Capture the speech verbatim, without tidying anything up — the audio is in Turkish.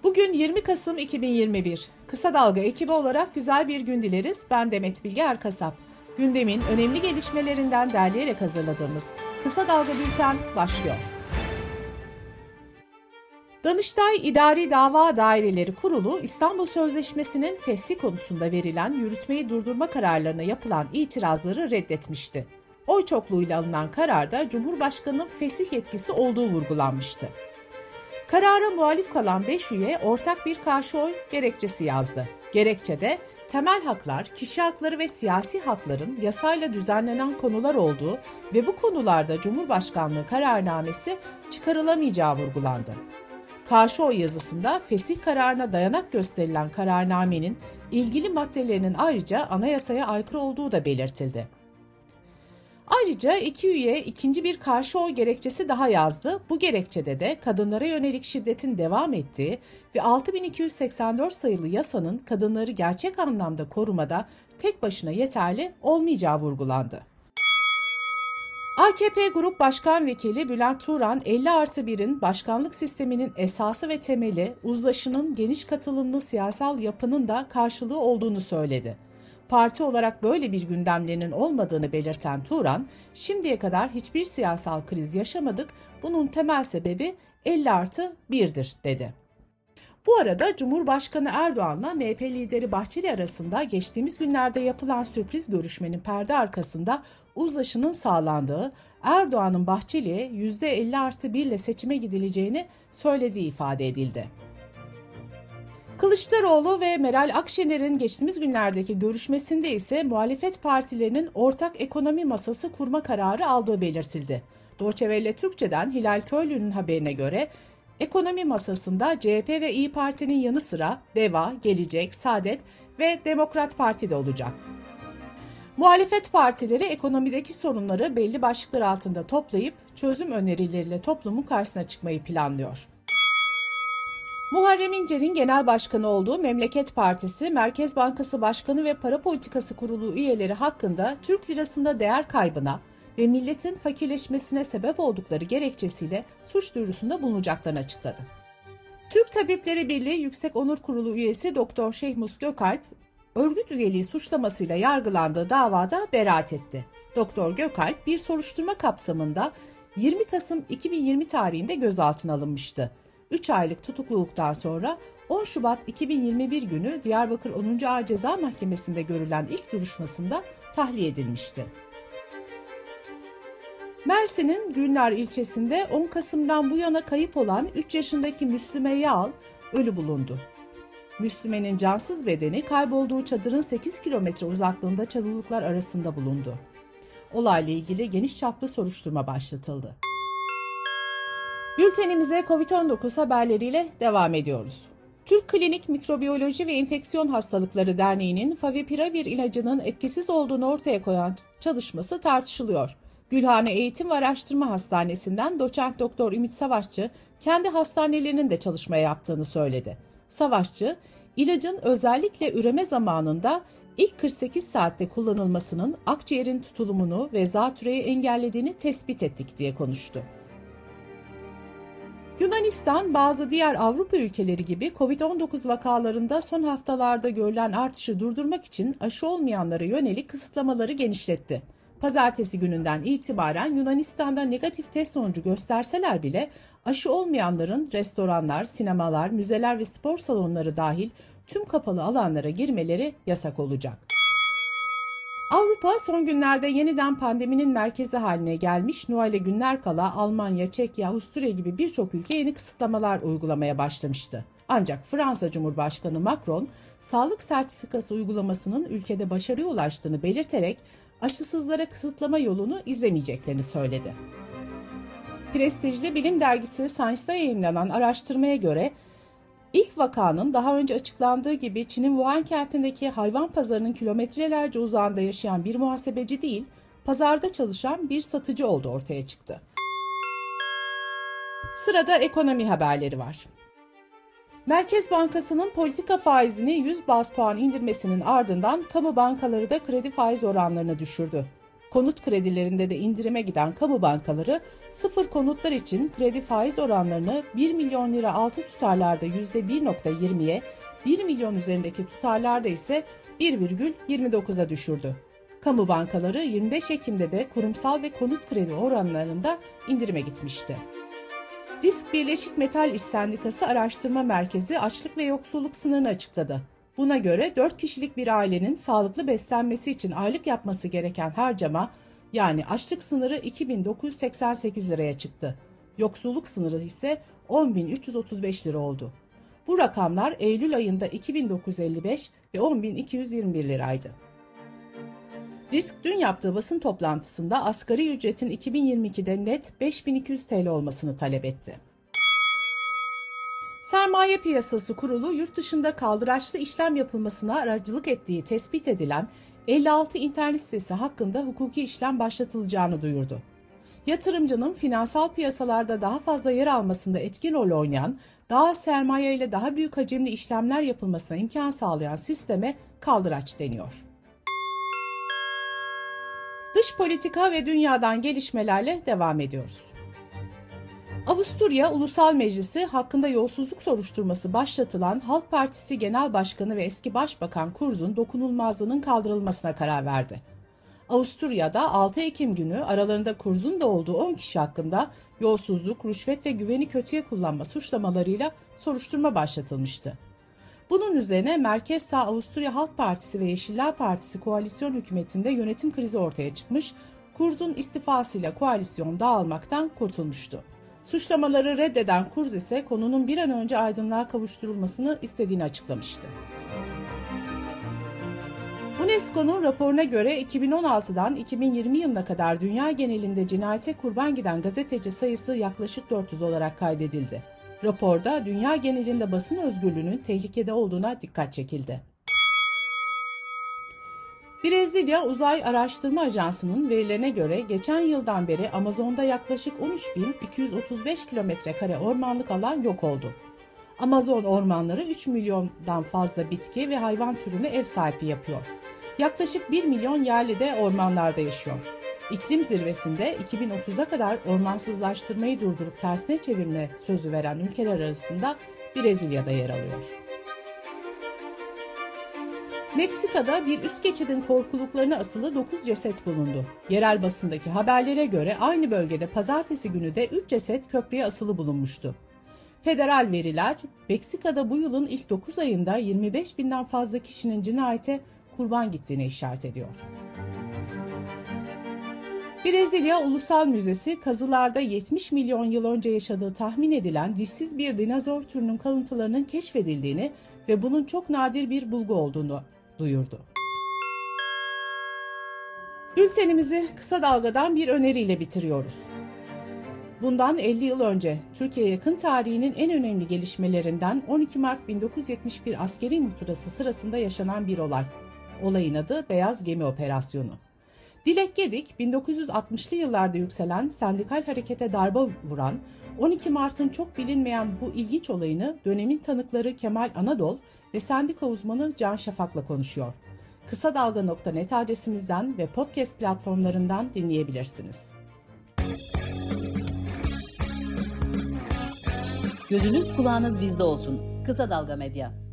Bugün yirmi Kasım iki bin yirmi bir. Kısa Dalga ekibi olarak güzel bir gün dileriz. Ben Demet Bilge Erkasap. Gündemin önemli gelişmelerinden derleyerek hazırladığımız Kısa Dalga Bülten başlıyor. Danıştay İdari Dava Daireleri Kurulu, İstanbul Sözleşmesi'nin feshi konusunda verilen yürütmeyi durdurma kararlarına yapılan itirazları reddetmişti. Oy çokluğuyla alınan kararda Cumhurbaşkanı'nın fesih yetkisi olduğu vurgulanmıştı. Karara muhalif kalan beş üye ortak bir karşı oy gerekçesi yazdı. Gerekçede temel haklar, kişi hakları ve siyasi hakların yasayla düzenlenen konular olduğu ve bu konularda Cumhurbaşkanlığı kararnamesi çıkarılamayacağı vurgulandı. Karşı oy yazısında fesih kararına dayanak gösterilen kararnamenin ilgili maddelerinin ayrıca anayasaya aykırı olduğu da belirtildi. Ayrıca iki üye ikinci bir karşı oy gerekçesi daha yazdı. Bu gerekçede de kadınlara yönelik şiddetin devam ettiği ve altı bin iki yüz seksen dört sayılı yasanın kadınları gerçek anlamda korumada tek başına yeterli olmayacağı vurgulandı. A K P Grup Başkan Vekili Bülent Turan, elli artı birin başkanlık sisteminin esası ve temeli, uzlaşının geniş katılımlı siyasal yapının da karşılığı olduğunu söyledi. Parti olarak böyle bir gündemlerinin olmadığını belirten Turan, şimdiye kadar hiçbir siyasal kriz yaşamadık, bunun temel sebebi elli artı birdir dedi. Bu arada Cumhurbaşkanı Erdoğan'la M H P lideri Bahçeli arasında geçtiğimiz günlerde yapılan sürpriz görüşmenin perde arkasında uzlaşının sağlandığı, Erdoğan'ın Bahçeli'ye yüzde elli artı bir ile seçime gidileceğini söylediği ifade edildi. Kılıçdaroğlu ve Meral Akşener'in geçtiğimiz günlerdeki görüşmesinde ise muhalefet partilerinin ortak ekonomi masası kurma kararı aldığı belirtildi. Deutsche Welle Türkçe'den Hilal Köylü'nün haberine göre ekonomi masasında C H P ve İYİ Parti'nin yanı sıra DEVA, Gelecek, Saadet ve Demokrat Parti de olacak. Muhalefet partileri ekonomideki sorunları belli başlıklar altında toplayıp çözüm önerileriyle toplumun karşısına çıkmayı planlıyor. Muharrem İnce'nin genel başkanı olduğu Memleket Partisi, Merkez Bankası Başkanı ve Para Politikası Kurulu üyeleri hakkında Türk lirasında değer kaybına ve milletin fakirleşmesine sebep oldukları gerekçesiyle suç duyurusunda bulunacaklarını açıkladı. Türk Tabipleri Birliği Yüksek Onur Kurulu üyesi Doktor Şehmus Gökalp, örgüt üyeliği suçlamasıyla yargılandığı davada beraat etti. Doktor Gökalp bir soruşturma kapsamında yirmi Kasım iki bin yirmi tarihinde gözaltına alınmıştı. üç aylık tutukluluktan sonra on Şubat iki bin yirmi bir günü Diyarbakır onuncu Ağır Ceza Mahkemesi'nde görülen ilk duruşmasında tahliye edilmişti. Mersin'in Gülnar ilçesinde on Kasım'dan bu yana kayıp olan üç yaşındaki Müslüme Yağal ölü bulundu. Müslüme'nin cansız bedeni kaybolduğu çadırın sekiz kilometre uzaklığında çalılıklar arasında bulundu. Olayla ilgili geniş çaplı soruşturma başlatıldı. Bültenimize kovid on dokuz haberleriyle devam ediyoruz. Türk Klinik Mikrobiyoloji ve Enfeksiyon Hastalıkları Derneği'nin Favipiravir ilacının etkisiz olduğunu ortaya koyan çalışması tartışılıyor. Gülhane Eğitim ve Araştırma Hastanesi'nden doçent doktor Ümit Savaşçı kendi hastanelerinin de çalışma yaptığını söyledi. Savaşçı, ilacın özellikle üreme zamanında ilk kırk sekiz saatte kullanılmasının akciğerin tutulumunu ve zatüreyi engellediğini tespit ettik diye konuştu. Yunanistan, bazı diğer Avrupa ülkeleri gibi kovid on dokuz vakalarında son haftalarda görülen artışı durdurmak için aşı olmayanlara yönelik kısıtlamaları genişletti. Pazartesi gününden itibaren Yunanistan'da negatif test sonucu gösterseler bile aşı olmayanların restoranlar, sinemalar, müzeler ve spor salonları dahil tüm kapalı alanlara girmeleri yasak olacak. Avrupa son günlerde yeniden pandeminin merkezi haline gelmiş, Noel'e günler kala Almanya, Çekya, Avusturya gibi birçok ülke yeni kısıtlamalar uygulamaya başlamıştı. Ancak Fransa Cumhurbaşkanı Macron, sağlık sertifikası uygulamasının ülkede başarıya ulaştığını belirterek aşısızlara kısıtlama yolunu izlemeyeceklerini söyledi. Prestijli bilim dergisi Science'da yayınlanan araştırmaya göre, İlk vakanın daha önce açıklandığı gibi Çin'in Wuhan kentindeki hayvan pazarının kilometrelerce uzağında yaşayan bir muhasebeci değil, pazarda çalışan bir satıcı olduğu ortaya çıktı. Sırada ekonomi haberleri var. Merkez Bankası'nın politika faizini yüz baz puan indirmesinin ardından kamu bankaları da kredi faiz oranlarını düşürdü. Konut kredilerinde de indirime giden kamu bankaları sıfır konutlar için kredi faiz oranlarını bir milyon lira altı tutarlarda yüzde bir virgül yirmiye, bir milyon üzerindeki tutarlarda ise bir virgül yirmi dokuza düşürdü. Kamu bankaları yirmi beş Ekim'de de kurumsal ve konut kredi oranlarında indirime gitmişti. Disk Birleşik Metal İş Sendikası Araştırma Merkezi açlık ve yoksulluk sınırını açıkladı. Buna göre dört kişilik bir ailenin sağlıklı beslenmesi için aylık yapması gereken harcama, yani açlık sınırı iki bin dokuz yüz seksen sekiz liraya çıktı. Yoksulluk sınırı ise on bin üç yüz otuz beş lira oldu. Bu rakamlar Eylül ayında iki bin dokuz yüz elli beş ve on bin iki yüz yirmi bir liraydı. Disk dün yaptığı basın toplantısında asgari ücretin iki bin yirmi ikide net beş bin iki yüz T L olmasını talep etti. Sermaye Piyasası Kurulu yurt dışında kaldıraçlı işlem yapılmasına aracılık ettiği tespit edilen elli altı internet sitesi hakkında hukuki işlem başlatılacağını duyurdu. Yatırımcının finansal piyasalarda daha fazla yer almasında etkin rol oynayan, daha az sermaye ile daha büyük hacimli işlemler yapılmasına imkan sağlayan sisteme kaldıraç deniyor. Dış politika ve dünyadan gelişmelerle devam ediyoruz. Avusturya Ulusal Meclisi hakkında yolsuzluk soruşturması başlatılan Halk Partisi Genel Başkanı ve eski Başbakan Kurz'un dokunulmazlığının kaldırılmasına karar verdi. Avusturya'da altı Ekim günü aralarında Kurz'un da olduğu on kişi hakkında yolsuzluk, rüşvet ve güveni kötüye kullanma suçlamalarıyla soruşturma başlatılmıştı. Bunun üzerine Merkez Sağ Avusturya Halk Partisi ve Yeşiller Partisi koalisyon hükümetinde yönetim krizi ortaya çıkmış, Kurz'un istifasıyla koalisyon dağılmaktan kurtulmuştu. Suçlamaları reddeden Kurz ise konunun bir an önce aydınlığa kavuşturulmasını istediğini açıklamıştı. UNESCO'nun raporuna göre iki bin on altıdan iki bin yirmi yılına kadar dünya genelinde cinayete kurban giden gazeteci sayısı yaklaşık dört yüz olarak kaydedildi. Raporda dünya genelinde basın özgürlüğünün tehlikede olduğuna dikkat çekildi. Brezilya Uzay Araştırma Ajansı'nın verilerine göre geçen yıldan beri Amazon'da yaklaşık on üç bin iki yüz otuz beş kilometre kare ormanlık alan yok oldu. Amazon ormanları üç milyondan fazla bitki ve hayvan türüne ev sahipliği yapıyor. Yaklaşık bir milyon yerli de ormanlarda yaşıyor. İklim zirvesinde iki bin otuza kadar ormansızlaştırmayı durdurup tersine çevirme sözü veren ülkeler arasında Brezilya'da yer alıyor. Meksika'da bir üst geçidin korkuluklarına asılı dokuz ceset bulundu. Yerel basındaki haberlere göre aynı bölgede pazartesi günü de üç ceset köprüye asılı bulunmuştu. Federal veriler, Meksika'da bu yılın ilk dokuz ayında yirmi beş binden fazla kişinin cinayete kurban gittiğine işaret ediyor. Brezilya Ulusal Müzesi, kazılarda yetmiş milyon yıl önce yaşadığı tahmin edilen dişsiz bir dinozor türünün kalıntılarının keşfedildiğini ve bunun çok nadir bir bulgu olduğunu duyurdu. Bültenimizi kısa dalgadan bir öneriyle bitiriyoruz. Bundan elli yıl önce Türkiye yakın tarihinin en önemli gelişmelerinden on iki Mart bin dokuz yüz yetmiş bir askeri muhtırası sırasında yaşanan bir olay. Olayın adı Beyaz Gemi Operasyonu. Dilek Gedik, bin dokuz yüz altmışlı yıllarda yükselen sendikal harekete darbe vuran on iki Mart'ın çok bilinmeyen bu ilginç olayını dönemin tanıkları Kemal Anadol ve sendika uzmanı Can Şafak'la konuşuyor. kısa dalga nokta net adresimizden ve podcast platformlarından dinleyebilirsiniz. Gözünüz kulağınız bizde olsun. Kısa Dalga Medya.